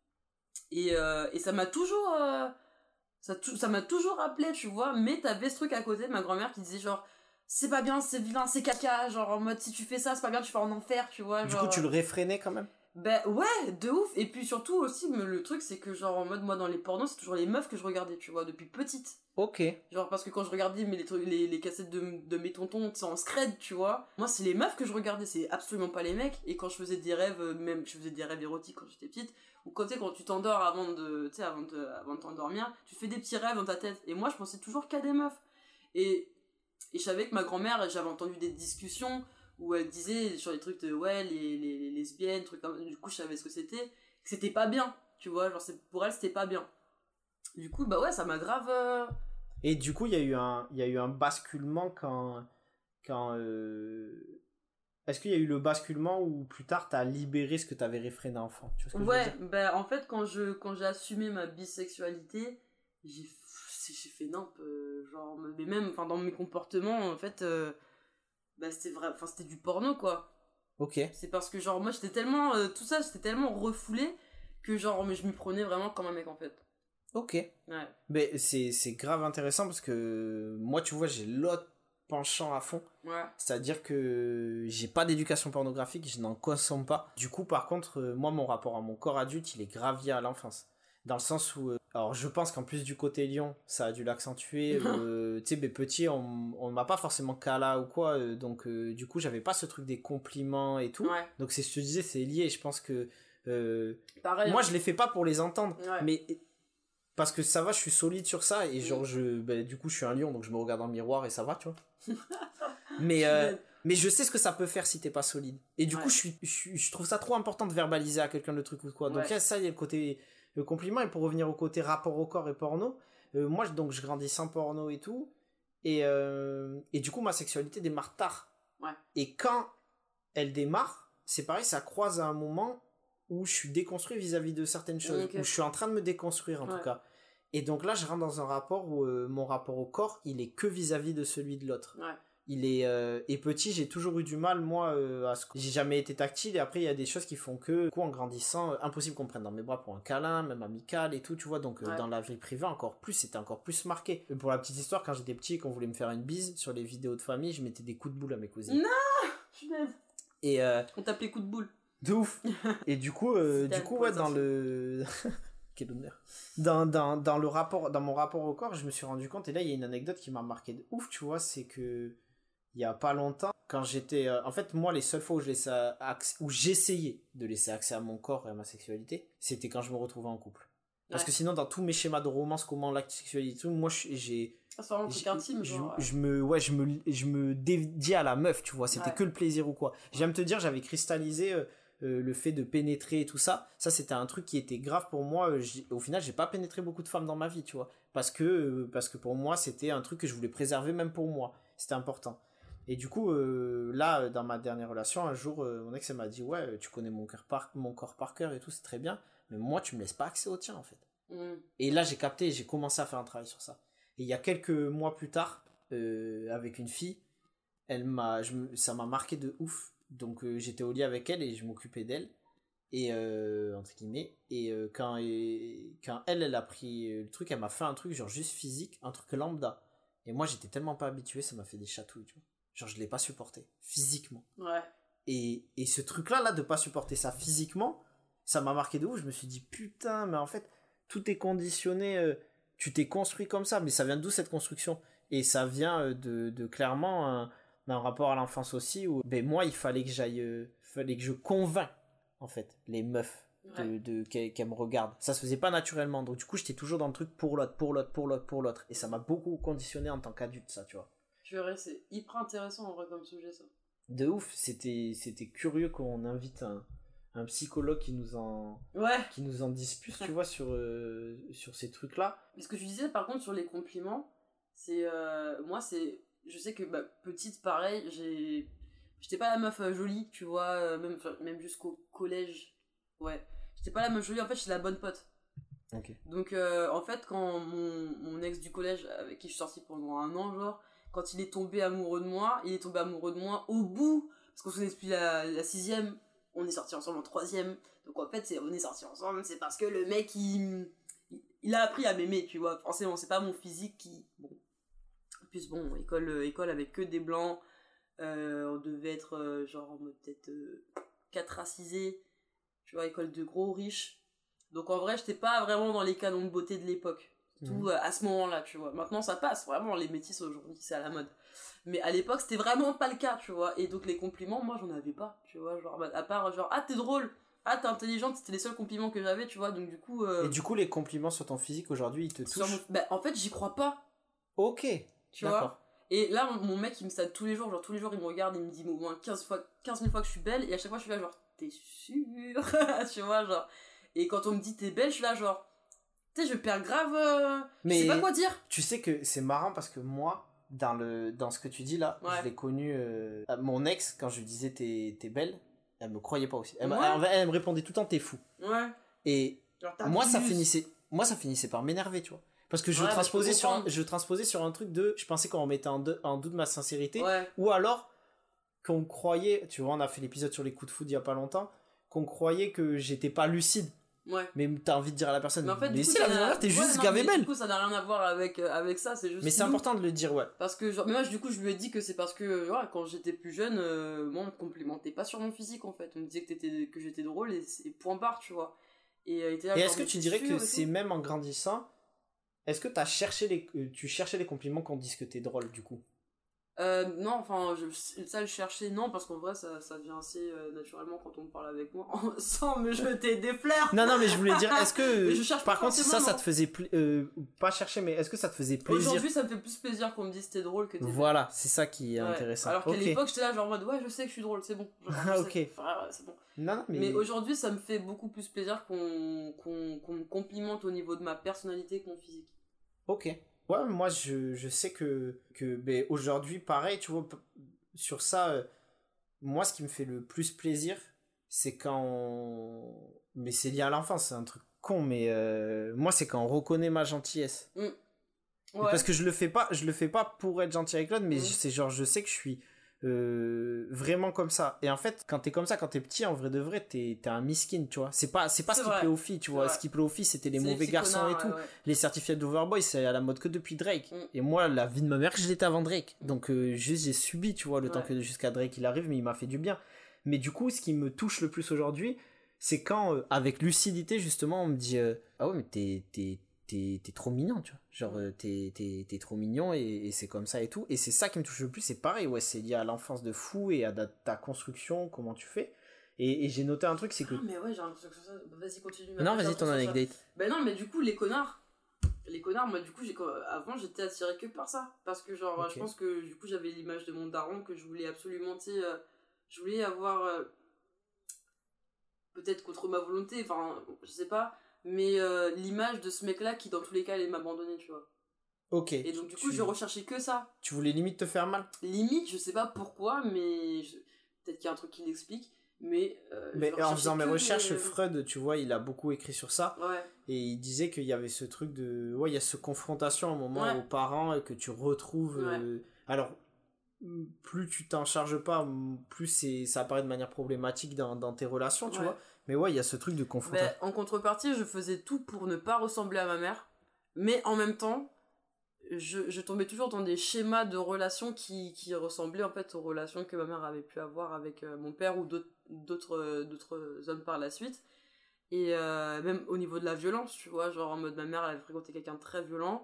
S2: et, euh, et ça m'a toujours euh, ça, ça m'a toujours rappelé tu vois mais t'avais ce truc à côté de ma grand-mère qui disait genre c'est pas bien c'est vilain c'est caca genre en mode si tu fais ça c'est pas bien tu vas en enfer tu vois
S1: du
S2: genre...
S1: coup tu le réfrénais quand même.
S2: Ben ouais, de ouf. Et puis surtout aussi, le truc c'est que genre en mode moi dans les pornos, c'est toujours les meufs que je regardais, tu vois, depuis petite.
S1: Ok.
S2: Genre parce que quand je regardais mais les, trucs, les, les cassettes de, de mes tontons, c'est en scred, tu vois. Moi c'est les meufs que je regardais, c'est absolument pas les mecs. Et quand je faisais des rêves, même je faisais des rêves érotiques quand j'étais petite, ou quand, quand tu t'endors avant de, tu sais, avant de, avant de t'endormir, tu fais des petits rêves dans ta tête. Et moi je pensais toujours qu'à des meufs. Et, et je savais que ma grand-mère, j'avais entendu des discussions où elle disait sur les trucs de ouais les, les, les lesbiennes trucs comme du coup je savais ce que c'était que c'était pas bien tu vois genre c'est pour elle c'était pas bien du coup bah ouais ça m'a grave euh...
S1: et du coup il y a eu un il y a eu un basculement quand quand euh... est-ce qu'il y a eu le basculement où plus tard t'as libéré ce que t'avais réfréné enfant tu vois ce que
S2: ouais
S1: je veux dire
S2: bah en fait quand je quand j'ai assumé ma bisexualité j'ai j'ai fait nimp euh, genre mais même enfin dans mes comportements en fait euh... bah c'était vrai enfin c'était du porno quoi.
S1: Ok.
S2: C'est parce que genre moi j'étais tellement euh, tout ça j'étais tellement refoulé que genre mais je m'y prenais vraiment comme un mec en fait.
S1: Ok.
S2: Ouais.
S1: Mais c'est c'est grave intéressant parce que moi tu vois j'ai l'autre penchant à fond.
S2: Ouais.
S1: C'est-à-dire que j'ai pas d'éducation pornographique, je n'en consomme pas. Du coup par contre euh, moi mon rapport à mon corps adulte il est grave lié à l'enfance. Dans le sens où, euh, alors je pense qu'en plus du côté lion, ça a dû l'accentuer. euh, tu sais, ben petit, on, on m'a pas forcément cala ou quoi, euh, donc euh, du coup j'avais pas ce truc des compliments et tout.
S2: Ouais.
S1: Donc c'est ce que je te disais, c'est lié. Je pense que euh,
S2: Pareil,
S1: moi
S2: hein.
S1: je les fais pas pour les entendre,
S2: ouais.
S1: mais parce que ça va, je suis solide sur ça et genre
S2: mmh.
S1: je, ben, du coup je suis un lion, donc je me regarde dans le miroir et ça va, tu vois. mais euh, mais je sais ce que ça peut faire si t'es pas solide. Et du ouais. coup je suis, je, je trouve ça trop important de verbaliser à quelqu'un le truc ou quoi. Donc ouais. là, ça il y a le côté le compliment. Et pour revenir au côté rapport au corps et porno, euh, moi donc je grandis sans porno et tout et, euh, et du coup ma sexualité démarre tard
S2: ouais.
S1: et quand elle démarre c'est pareil, ça croise à un moment où je suis déconstruit vis-à-vis de certaines choses, okay. où je suis en train de me déconstruire en ouais. tout cas, et donc là je rentre dans un rapport où euh, mon rapport au corps il est que vis-à-vis de celui de l'autre.
S2: ouais.
S1: il est euh, et petit, j'ai toujours eu du mal moi euh, à ce... j'ai jamais été tactile et après il y a des choses qui font que du coup, en grandissant, euh, impossible qu'on prenne dans mes bras pour un câlin, même amical et tout, tu vois, donc euh,
S2: Ouais.
S1: dans la vie privée encore plus, c'était encore plus marqué. Et pour la petite histoire, quand j'étais petit, qu'on voulait me faire une bise sur les vidéos de famille, je mettais des coups de boule à mes cousines.
S2: Non, punaise.
S1: Et euh,
S2: On t'appelait coup de boule.
S1: de ouf. Et du coup euh,
S2: C'était
S1: du coup
S2: pour
S1: ouais
S2: les
S1: dans
S2: anciens.
S1: le quel honneur. Dans, dans, dans le rapport dans mon rapport au corps, je me suis rendu compte et là il y a une anecdote qui m'a marqué de ouf, tu vois, c'est que il y a pas longtemps, quand j'étais euh, en fait moi les seules fois où je laissais accès, où j'essayais de laisser accès à mon corps et à ma sexualité, c'était quand je me retrouvais en couple. Parce
S2: Ouais.
S1: que sinon dans tous mes schémas de romance, comment l'acte sexualité, tout, moi je- j'ai
S2: Ah, c'est vraiment un truc
S1: j'ai-
S2: intime,
S1: je,
S2: genre.
S1: je me ouais je me je me dédiais à la meuf, tu vois, c'était
S2: Ouais.
S1: que le plaisir ou quoi. J'aime te dire, j'avais cristallisé euh, euh, le fait de pénétrer et tout ça, ça c'était un truc qui était grave pour moi. Euh, j'ai- au final j'ai pas pénétré beaucoup de femmes dans ma vie, tu vois, parce que euh, parce que pour moi c'était un truc que je voulais préserver, même pour moi c'était important. Et du coup euh, là euh, dans ma dernière relation un jour euh, mon ex elle m'a dit ouais euh, tu connais mon cœur par mon corps par cœur et tout, c'est très bien, mais moi tu me laisses pas accès au tien en fait.
S2: Mm.
S1: Et là j'ai capté et j'ai commencé à faire un travail sur ça. Et il y a quelques mois plus tard euh, avec une fille, elle m'a je me- ça m'a marqué de ouf. Donc euh, j'étais au lit avec elle et je m'occupais d'elle et euh, entre guillemets et euh, quand et, quand elle elle a pris euh, le truc, elle m'a fait un truc genre juste physique, un truc lambda, et moi j'étais tellement pas habitué, ça m'a fait des chatouilles, tu vois, genre je l'ai pas supporté physiquement.
S2: Ouais.
S1: Et, et ce truc là là de pas supporter ça physiquement, ça m'a marqué de ouf. Je me suis dit putain, mais en fait tout est conditionné, euh, tu t'es construit comme ça, mais ça vient d'où cette construction? Et ça vient euh, de, de clairement un, un rapport à l'enfance aussi où ben moi il fallait que j'aille euh, fallait que je convainc en fait les meufs de,
S2: Ouais.
S1: de qu'elles qu'elles me regardent, ça se faisait pas naturellement, donc du coup j'étais toujours dans le truc pour l'autre pour l'autre pour l'autre pour l'autre et ça m'a beaucoup conditionné en tant qu'adulte, ça, tu vois.
S2: Purée, c'est hyper intéressant en vrai comme sujet, ça.
S1: De ouf, c'était c'était curieux qu'on invite un un psychologue qui nous en
S2: Ouais.
S1: qui nous en dise plus, tu vois, sur euh, sur ces trucs là.
S2: Mais ce que tu disais par contre sur les compliments, c'est. euh, moi, c'est. Je sais que bah, petite, pareil, j'ai. J'étais pas la meuf euh, jolie, tu vois, euh, même, enfin, même jusqu'au collège. Ouais. J'étais pas la meuf jolie, en fait, j'étais la bonne pote.
S1: Ok.
S2: Donc, euh, en fait, quand mon, mon ex du collège, avec qui je suis sortie pendant un an, genre, quand il est tombé amoureux de moi, il est tombé amoureux de moi au bout, parce qu'on se connaît depuis la, la sixième, on est sortis ensemble en troisième. Donc, en fait, c'est, on est sortis ensemble, c'est parce que le mec, il, il, il a appris à m'aimer, tu vois. Forcément, c'est pas mon physique qui. Bon. En plus, bon, école, euh, école avec que des blancs, euh, on devait être, euh, genre, en mode peut-être euh, quatre racisés, tu vois, école de gros riches. Donc en vrai, j'étais pas vraiment dans les canons de beauté de l'époque. Tout
S1: Mhm.
S2: euh, à ce moment-là, tu vois. Maintenant, ça passe, vraiment, les métis aujourd'hui, c'est à la mode. Mais à l'époque, c'était vraiment pas le cas, tu vois. Et donc les compliments, moi, j'en avais pas, tu vois. Genre, à part, genre, ah, t'es drôle, ah, t'es intelligente, c'était les seuls compliments que j'avais, tu vois. Donc du coup. euh,
S1: Et du coup, les compliments sur ton physique aujourd'hui, ils te
S2: sur
S1: touchent.
S2: mon- bah, en fait, j'y crois pas,
S1: Ok.
S2: tu
S1: D'accord.
S2: vois. Et là, mon mon mec, il me stade tous les jours, genre tous les jours, il me regarde, il me dit au moins quinze fois, quinze mille fois que je suis belle, et à chaque fois, je suis là, genre, t'es sûre, tu vois, genre. Et quand on me dit t'es belle, je suis là, genre, tu sais, je perds grave. euh,
S1: Mais
S2: Je sais pas quoi dire.
S1: tu sais que c'est marrant parce que moi, dans, le, dans ce que tu dis là,
S2: Ouais.
S1: je l'ai connu. euh, mon ex, quand je lui disais t'es, t'es belle, elle me croyait pas aussi. Elle,
S2: Ouais.
S1: elle- elle me répondait tout le temps t'es fou.
S2: Ouais.
S1: Et
S2: Genre,
S1: moi ça,
S2: t'abuses.
S1: finissait, moi, ça finissait par m'énerver, tu vois. Parce que je,
S2: Ouais, bah,
S1: transposais
S2: je peux
S1: sur un,
S2: comprendre.
S1: je transposais sur un truc de. Je pensais qu'on mettait en, de- en doute ma sincérité.
S2: Ouais.
S1: Ou alors qu'on croyait. Tu vois, on a fait l'épisode sur les coups de foudre il y a pas longtemps. Qu'on croyait que j'étais pas lucide.
S2: Ouais.
S1: Mais t'as envie de dire à la personne.
S2: Mais en fait,
S1: mais
S2: du coup,
S1: si,
S2: ça
S1: la
S2: n'a-
S1: dernière, t'es
S2: ouais,
S1: juste
S2: non,
S1: gavé
S2: mais
S1: belle.
S2: Du coup, ça n'a rien à voir avec, euh, avec ça, c'est juste.
S1: Mais c'est
S2: nous.
S1: important de le dire, ouais.
S2: Parce que, genre, mais moi, du coup, je lui ai dit que c'est parce que, ouais, quand j'étais plus jeune, euh, moi, on me complimentait pas sur mon physique, en fait. On me disait que, t'étais, que j'étais drôle et, et point barre, tu vois. Et, euh, il était là,
S1: Et
S2: genre,
S1: est-ce que
S2: mais
S1: tu
S2: t'es
S1: dirais
S2: sûr
S1: que
S2: et
S1: c'est
S2: tout.
S1: même en grandissant, est-ce que t'as cherché les, euh, tu cherchais les compliments qu'on dise que t'es drôle du coup?
S2: Euh, non, enfin, je, ça le chercher, non, parce qu'en vrai, ça, ça vient assez euh, naturellement quand on me parle avec moi, sans me jeter des fleurs.
S1: Non, non, mais je voulais dire, est-ce que,
S2: Mais je cherche pas
S1: par contre, si ça,
S2: forcément,
S1: ça
S2: non.
S1: te faisait, pla- euh, pas chercher, mais est-ce que ça te faisait plaisir?
S2: Aujourd'hui, ça me fait plus plaisir qu'on me dise t'es drôle que t'es belle.
S1: Voilà, c'est ça qui est
S2: Ouais.
S1: intéressant.
S2: Alors qu'à
S1: Ok.
S2: l'époque, j'étais là, genre en mode, ouais, je sais que je suis drôle, c'est bon. Genre, je
S1: Ah,
S2: sais.
S1: ok.
S2: Enfin, ouais, c'est bon.
S1: Non, non, mais,
S2: Mais aujourd'hui, ça me fait beaucoup plus plaisir qu'on qu'on qu'on me complimente au niveau de ma personnalité que mon physique.
S1: ok. Ouais, moi, je, je sais que, que, ben, aujourd'hui, pareil, tu vois, p- sur ça, euh, moi, ce qui me fait le plus plaisir, c'est quand on... Mais c'est lié à l'enfance, c'est un truc con, mais euh, moi, c'est quand on reconnaît ma gentillesse.
S2: Mm. Ouais.
S1: Parce que je le fais pas, je le fais pas pour être gentil avec l'autre, mais
S2: Mhm.
S1: c'est genre, je sais que je suis euh, vraiment comme ça. Et en fait, quand t'es comme ça, quand t'es petit, en vrai de vrai, t'es, t'es un miskin, tu vois. C'est pas, c'est pas
S2: C'est
S1: ce qui
S2: vrai.
S1: plaît aux filles, tu
S2: C'est
S1: vois.
S2: vrai.
S1: Ce qui plaît aux filles, c'était les
S2: C'est les
S1: mauvais
S2: petits
S1: garçons
S2: connards,
S1: et tout.
S2: ouais, ouais.
S1: Les certifiés d'Overboy, c'est à la mode que depuis Drake.
S2: Mm.
S1: Et moi, la vie de ma mère, je l'étais avant Drake. Donc, euh, juste, j'ai subi, tu vois, le temps
S2: Ouais.
S1: que jusqu'à Drake il arrive, mais il m'a fait du bien. Mais du coup, ce qui me touche le plus aujourd'hui, c'est quand, euh, avec lucidité, justement, on me dit euh, ah ouais, mais t'es, t'es, t'es, t'es trop mignon, tu vois. Genre, euh, t'es, t'es, t'es trop mignon et, et c'est comme ça et tout. Et c'est ça qui me touche le plus. C'est pareil, ouais, c'est lié à l'enfance de fou et à ta, ta construction, comment tu fais. Et, et j'ai noté un truc, c'est que.
S2: Ah, mais ouais, j'ai l'impression que ça. Vas-y, continue.
S1: Non,
S2: Après, j'ai
S1: vas-y, ton
S2: l'impression que ça-
S1: anecdote.
S2: Ben non, mais du coup, les connards. Les connards, moi, du coup, j'ai... avant, j'étais attirée que par ça. Parce que, genre,
S1: Ok.
S2: je pense que, du coup, j'avais l'image de mon daron que je voulais absolument, tu sais, euh, je voulais avoir. euh, Peut-être contre ma volonté, enfin, je sais pas. Mais euh, l'image de ce mec-là qui, dans tous les cas, allait m'abandonner, tu vois.
S1: Ok.
S2: Et donc, du coup,
S1: tu,
S2: je recherchais que ça.
S1: tu voulais limite te faire mal.
S2: Limite, je sais pas pourquoi, mais. je- Peut-être qu'il y a un truc qui l'explique. Mais. euh, je
S1: Mais en
S2: recherchais
S1: faisant mes
S2: que
S1: recherches,
S2: les-
S1: Freud, tu vois, il a beaucoup écrit sur ça.
S2: Ouais.
S1: Et il disait qu'il y avait ce truc de. Ouais, il y a ce confrontation au moment
S2: Ouais.
S1: aux parents et que tu retrouves.
S2: Ouais.
S1: euh, Alors, plus tu t'en charges pas, plus c'est... ça apparaît de manière problématique dans, dans tes relations, tu
S2: Ouais.
S1: vois. Mais ouais, il y a ce truc de confrontation.
S2: Ben, en contrepartie, je faisais tout pour ne pas ressembler à ma mère. Mais en même temps, je, je tombais toujours dans des schémas de relations qui, qui ressemblaient en fait aux relations que ma mère avait pu avoir avec euh, mon père ou d'autres, d'autres, euh, d'autres hommes par la suite. Et euh, même au niveau de la violence, tu vois, genre en mode ma mère elle avait fréquenté quelqu'un de très violent.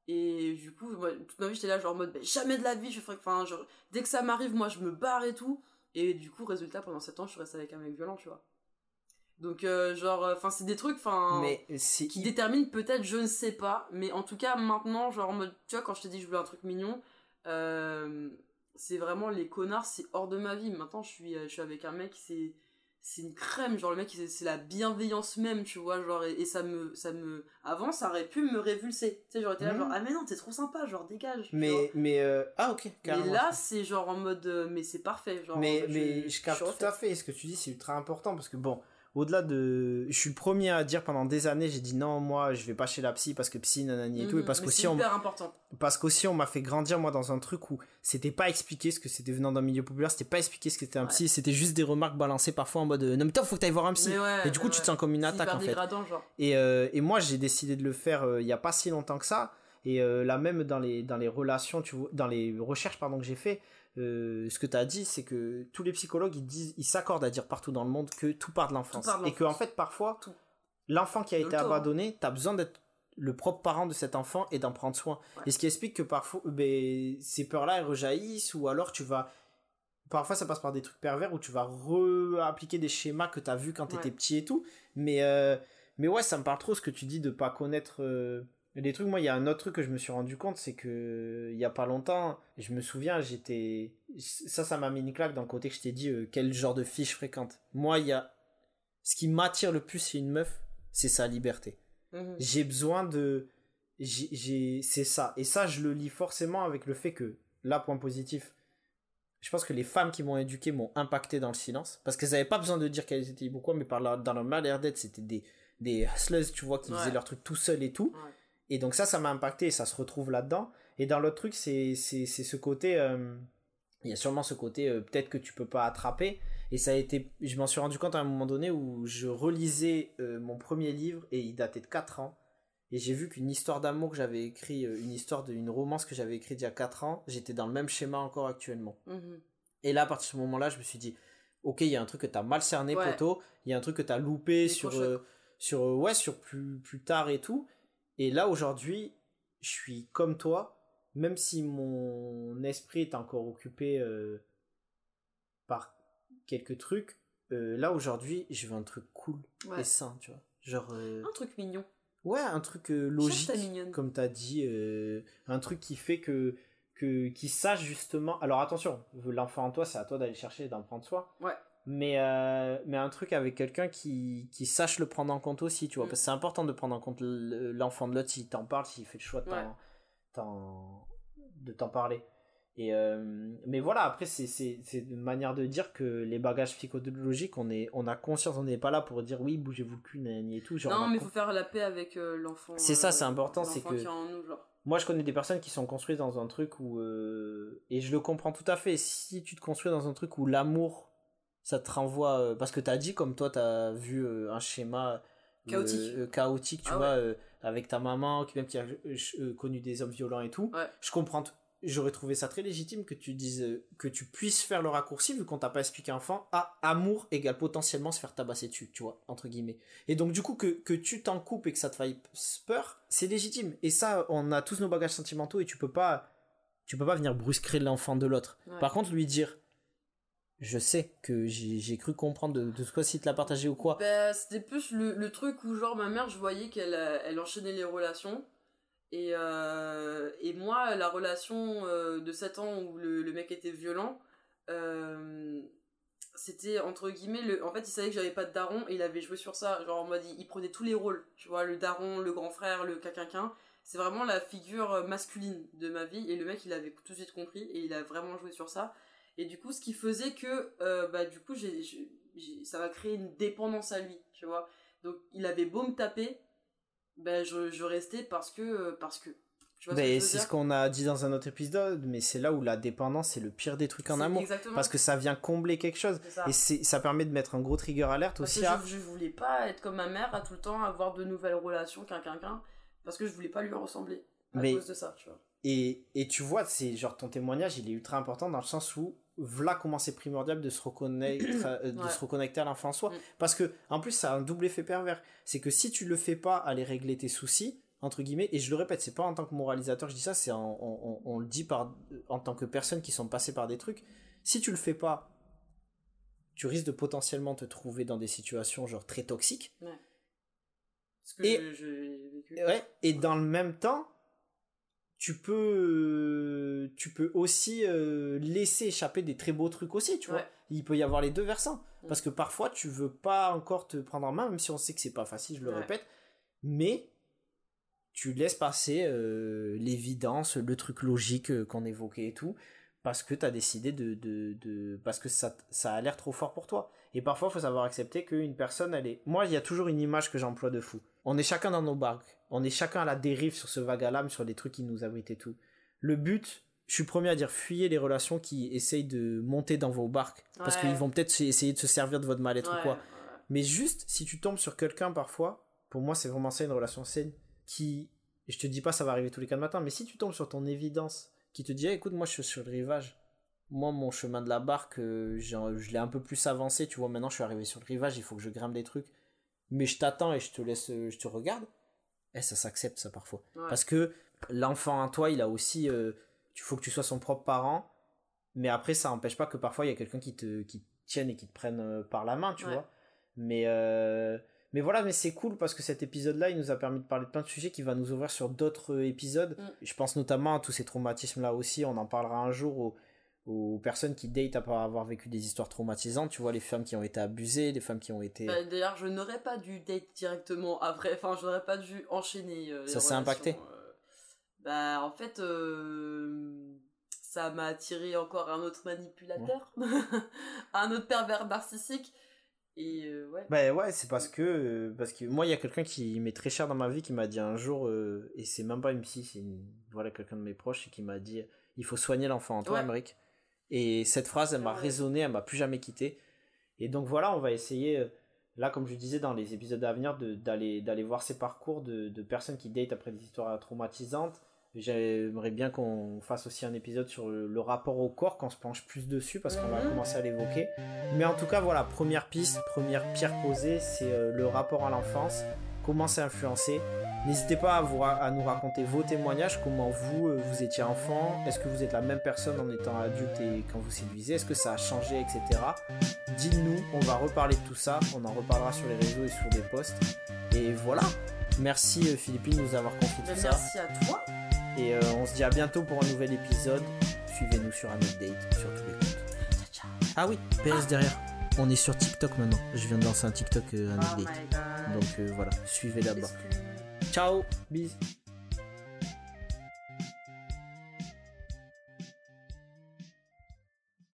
S2: Et du coup, moi, toute ma vie j'étais là, genre en mode ben, jamais de la vie, je ferais. Enfin, genre, dès que ça m'arrive, moi je me barre et tout. Et du coup, résultat, pendant sept ans, je suis restée avec un mec violent, tu vois. Donc, euh, genre, enfin, c'est des trucs, enfin.
S1: Mais c'est.
S2: Qui déterminent peut-être, je ne sais pas. Mais en tout cas, maintenant, genre en mode. Tu vois, quand je t'ai dit que je voulais un truc mignon, euh, c'est vraiment les connards, c'est hors de ma vie. Maintenant, je suis, je suis avec un mec, c'est. C'est une crème, genre le mec, c'est, c'est la bienveillance même, tu vois, genre, et, et ça me, ça me. Avant, ça aurait pu me révulser. Tu sais, j'aurais été là,
S1: Mmh.
S2: genre, ah mais non, t'es trop sympa, genre, dégage. tu vois.
S1: Mais. mais euh, Ah, ok,
S2: Mais
S1: carrément.
S2: là, c'est genre en mode. euh, mais c'est parfait, genre. en
S1: Mais,
S2: mode,
S1: mais
S2: je,
S1: je capte
S2: suis
S1: tout à
S2: refaite.
S1: fait. Ce que tu dis, c'est ultra important parce que bon, au-delà de. Je suis le premier à dire pendant des années, j'ai dit non, moi, je vais pas chez la psy parce que psy, nanani et tout. Et
S2: Mhm,
S1: parce
S2: mais
S1: qu'aussi,
S2: c'est
S1: on,
S2: hyper important.
S1: parce qu'aussi, on m'a fait grandir, moi, dans un truc où c'était pas expliqué ce que c'était venant d'un milieu populaire, c'était pas expliqué ce que c'était un
S2: Ouais.
S1: psy, c'était juste des remarques balancées parfois en mode euh, non, mais toi, faut que t'ailles voir un psy.
S2: Mais ouais,
S1: Et du coup,
S2: mais
S1: tu te
S2: ouais.
S1: sens comme une
S2: C'est
S1: attaque
S2: hyper
S1: en fait.
S2: dégradant, genre.
S1: Et, euh, et moi, j'ai décidé de le faire euh, il y a pas si longtemps que ça. Et euh, là, même dans les, dans les relations, tu vois, dans les recherches pardon, que j'ai fait, euh, ce que tu as dit, c'est que tous les psychologues, ils, disent, ils s'accordent à dire partout dans le monde que tout part de l'enfance.
S2: Tout part de
S1: Et que, en
S2: l'enfance.
S1: fait, parfois,
S2: Tout.
S1: l'enfant qui a
S2: Dans
S1: été
S2: le tort, hein.
S1: abandonné, tu as besoin d'être le propre parent de cet enfant et d'en prendre soin.
S2: Ouais.
S1: Et ce qui explique que parfois, ben, ces peurs-là, elles rejaillissent, ou alors tu vas. Parfois, ça passe par des trucs pervers où tu vas réappliquer des schémas que tu as vus quand tu étais
S2: Ouais.
S1: petit et tout. Mais, euh, mais ouais, ça me parle trop ce que tu dis de pas connaître euh, les trucs. Moi, il y a un autre truc que je me suis rendu compte, c'est que il y a pas longtemps, je me souviens, j'étais. Ça, ça m'a mis une claque dans le côté que je t'ai dit euh, quel genre de fille je fréquente. Moi, il y a. Ce qui m'attire le plus chez une meuf, c'est sa liberté.
S2: Mhm.
S1: J'ai besoin de. J'ai, j'ai... C'est ça. Et ça, je le lis forcément avec le fait que, là, point positif, je pense que les femmes qui m'ont éduqué m'ont impacté dans le silence. Parce qu'elles n'avaient pas besoin de dire qu'elles étaient libres ou quoi, mais par leur, dans leur manière d'être, c'était des, des hustlers, tu vois, qui
S2: Ouais.
S1: faisaient leur truc tout seul et tout.
S2: Ouais.
S1: Et donc ça, ça m'a impacté et ça se retrouve là-dedans. Et dans l'autre truc, c'est, c'est, c'est ce côté... euh, il y a sûrement ce côté, euh, peut-être que tu peux pas attraper. Et ça a été... Je m'en suis rendu compte à un moment donné où je relisais euh, mon premier livre et il datait de quatre ans. Et j'ai vu qu'une histoire d'amour que j'avais écrit, euh, une histoire d'une romance que j'avais écrite il y a quatre ans, j'étais dans le même schéma encore actuellement.
S2: Mhm.
S1: Et là, à partir de ce moment-là, je me suis dit, ok, il y a un truc que t'as mal cerné,
S2: Ouais.
S1: poteau. Il y a un truc que t'as loupé
S2: Les
S1: sur,
S2: crochets.
S1: euh, sur, euh, ouais, sur plus, plus tard et tout. Et là, aujourd'hui, je suis comme toi, même si mon esprit est encore occupé euh, par quelques trucs. Euh, là, aujourd'hui, je veux un truc cool
S2: Ouais.
S1: et sain, tu vois. Genre, euh,
S2: Un truc mignon.
S1: ouais, un truc euh, logique,
S2: Chatte ta mignonne.
S1: comme t'as dit. euh, un truc qui fait que. Que, qui sache justement. Alors attention, l'enfant en toi, c'est à toi d'aller chercher et d'en prendre soin.
S2: Ouais.
S1: Mais, euh, mais un truc avec quelqu'un qui, qui sache le prendre en compte aussi, tu vois.
S2: Mm.
S1: Parce que c'est important de prendre en compte le- l'enfant de l'autre s'il t'en parle, s'il fait le choix de t'en,
S2: Ouais.
S1: t'en- de t'en parler. Et euh, mais voilà, après, c'est, c'est, c'est une manière de dire que les bagages psychologiques, on, est, on a conscience, on n'est pas là pour dire oui, bougez-vous le cul, nanani et tout. Genre, on
S2: Non,
S1: a
S2: mais il
S1: con-
S2: faut faire la paix avec euh, l'enfant.
S1: C'est ça,
S2: euh,
S1: c'est important, c'est
S2: l'enfant
S1: que-
S2: qui est en nous, genre.
S1: moi je connais des personnes qui sont construites dans un truc où euh, et je le comprends tout à fait, si tu te construis dans un truc où l'amour ça te renvoie euh, parce que t'as dit comme toi t'as vu euh, un schéma euh,
S2: chaotique
S1: euh, chaotique tu
S2: ah
S1: vois
S2: ouais.
S1: euh, avec ta maman qui même qui a euh, euh, connu des hommes violents et tout,
S2: ouais.
S1: je comprends t- j'aurais trouvé ça très légitime que tu dises euh, que tu puisses faire le raccourci vu qu'on t'a pas expliqué enfant à amour égale potentiellement se faire tabasser dessus, tu vois, entre guillemets. Et donc du coup que, que tu t'en coupes et que ça te fasse peur, c'est légitime. Et ça, on a tous nos bagages sentimentaux et tu peux pas tu peux pas venir brusquer l'enfant de l'autre.
S2: Ouais.
S1: Par contre, lui dire je sais que j'ai, j'ai cru comprendre de, de quoi si te l'a partagé ou quoi.
S2: Bah, c'était plus le, le truc où genre ma mère je voyais qu'elle euh, elle enchaînait les relations. Et, euh, et moi, la relation euh, de sept ans où le, le mec était violent, euh, c'était entre guillemets, le, en fait, il savait que j'avais pas de daron et il avait joué sur ça. Genre en mode, il, il prenait tous les rôles, tu vois, le daron, le grand frère, le caquinquin. C'est vraiment la figure masculine de ma vie et le mec, il avait tout de suite compris et il a vraiment joué sur ça. Et du coup, ce qui faisait que, euh, bah, du coup, j'ai, j'ai, j'ai, ça va créer une dépendance à lui, tu vois. Donc, il avait beau me taper. Ben je, je restais parce que parce que tu vois
S1: ben,
S2: ce que je veux
S1: c'est
S2: dire
S1: ce qu'on a dit dans un autre épisode, mais c'est là où la dépendance c'est le pire des trucs en
S2: c'est
S1: amour
S2: exactement.
S1: parce que ça vient combler quelque chose
S2: C'est ça.
S1: et c'est, ça permet de mettre un gros trigger alerte
S2: parce
S1: aussi
S2: que
S1: à...
S2: je, je voulais pas être comme ma mère à tout le temps avoir de nouvelles relations qu'un quinquin parce que je voulais pas lui ressembler à
S1: mais,
S2: cause de ça, tu vois.
S1: Et, et tu vois, c'est genre ton témoignage il est ultra important dans le sens où voilà comment c'est primordial de se reconnecter, euh, de
S2: ouais.
S1: se reconnecter à l'enfant en soi.
S2: Mm.
S1: Parce que, en plus, ça a un double effet pervers. C'est que si tu le fais pas, aller régler tes soucis, entre guillemets, et je le répète, c'est pas en tant que moralisateur que je dis ça, c'est en, on, on, on le dit par, en tant que personnes qui sont passées par des trucs. Si tu le fais pas, tu risques de potentiellement te trouver dans des situations genre très toxiques.
S2: Ouais. Ce que
S1: et,
S2: je, j'ai vécu.
S1: Ouais, et dans le même temps, tu peux tu peux aussi euh, laisser échapper des très beaux trucs aussi, tu
S2: ouais.
S1: vois. Il peut y avoir les deux versants ouais. Parce que parfois tu veux pas encore te prendre en main, même si on sait que c'est pas facile, je le ouais. répète, mais tu laisses passer euh, l'évidence, le truc logique euh, qu'on évoquait et tout, parce que t'as décidé de, de, de parce que ça, ça a l'air trop fort pour toi. Et parfois il faut savoir accepter qu'une personne elle est, moi il y a toujours une image que j'emploie de fou, on est chacun dans nos barques. On est chacun à la dérive sur ce vague à l'âme, sur les trucs qui nous abritent et tout. Le but, je suis premier à dire, fuyez les relations qui essayent de monter dans vos barques. Ouais. Parce qu'ils vont peut-être essayer de se servir de votre mal-être ouais, ou quoi. Ouais. Mais juste, si tu tombes sur quelqu'un parfois, pour moi c'est vraiment ça une relation saine, qui, je te dis pas ça va arriver tous les quatre matins, mais si tu tombes sur ton évidence, qui te dit, hey, écoute, moi je suis sur le rivage. Moi, mon chemin de la barque, euh, je l'ai un peu plus avancé, tu vois, maintenant je suis arrivé sur le rivage, il faut que je grimpe des trucs. Mais je t'attends et je te laisse, je te regarde. Eh, ça s'accepte ça parfois ouais. Parce que l'enfant en toi il a aussi il euh, faut que tu sois son propre parent, mais après ça n'empêche pas que parfois il y a quelqu'un qui te, qui te tienne et qui te prenne euh, par la main, tu ouais. vois, mais euh, mais voilà, mais c'est cool parce que cet épisode là il nous a permis de parler de plein de sujets qui va nous ouvrir sur d'autres épisodes. mm. Je pense notamment à tous ces traumatismes là aussi, on en parlera un jour aux, aux personnes qui datent après avoir vécu des histoires traumatisantes, tu vois, les femmes qui ont été abusées, les femmes qui ont été...
S2: Bah, d'ailleurs, je n'aurais pas dû date directement après, enfin, je n'aurais pas dû enchaîner euh, les
S1: ça s'est impacté
S2: euh... Bah, en fait, euh... ça m'a attiré encore un autre manipulateur, ouais. un autre pervers narcissique, et euh, ouais.
S1: Bah ouais, c'est parce que, euh, parce que moi, il y a quelqu'un qui m'est très cher dans ma vie, qui m'a dit un jour, euh, et c'est même pas une psy, c'est une... voilà, quelqu'un de mes proches, qui m'a dit, il faut soigner l'enfant en toi, ouais. Amérique. Et cette phrase, elle m'a ouais. résonné, elle m'a plus jamais quitté. Et donc voilà, on va essayer, là comme je disais dans les épisodes à venir, de, d'aller, d'aller voir ces parcours de, de personnes qui datent après des histoires traumatisantes. J'aimerais bien qu'on fasse aussi un épisode sur le, le rapport au corps, qu'on se penche plus dessus, parce qu'on va commencer à l'évoquer. Mais en tout cas, voilà, première piste, première pierre posée, c'est euh, le rapport à l'enfance. Comment c'est influencé. N'hésitez pas à, vous, à nous raconter vos témoignages, comment vous, euh, vous étiez enfant, est-ce que vous êtes la même personne en étant adulte et quand vous séduisez, est-ce que ça a changé, et cetera. Dites-nous, on va reparler de tout ça, on en reparlera sur les réseaux et sur des posts. Et voilà, merci euh, Philippine de nous avoir confié tout
S2: merci
S1: ça.
S2: Merci à toi.
S1: Et euh, on se dit à bientôt pour un nouvel épisode. Suivez-nous sur un update sur tous les comptes. Ciao, ciao. Ah oui, P S ah. derrière. On est sur TikTok maintenant. Je viens de lancer un TikTok euh, un update.
S2: Oh
S1: Donc euh, voilà, suivez là-bas. Ciao, bisous.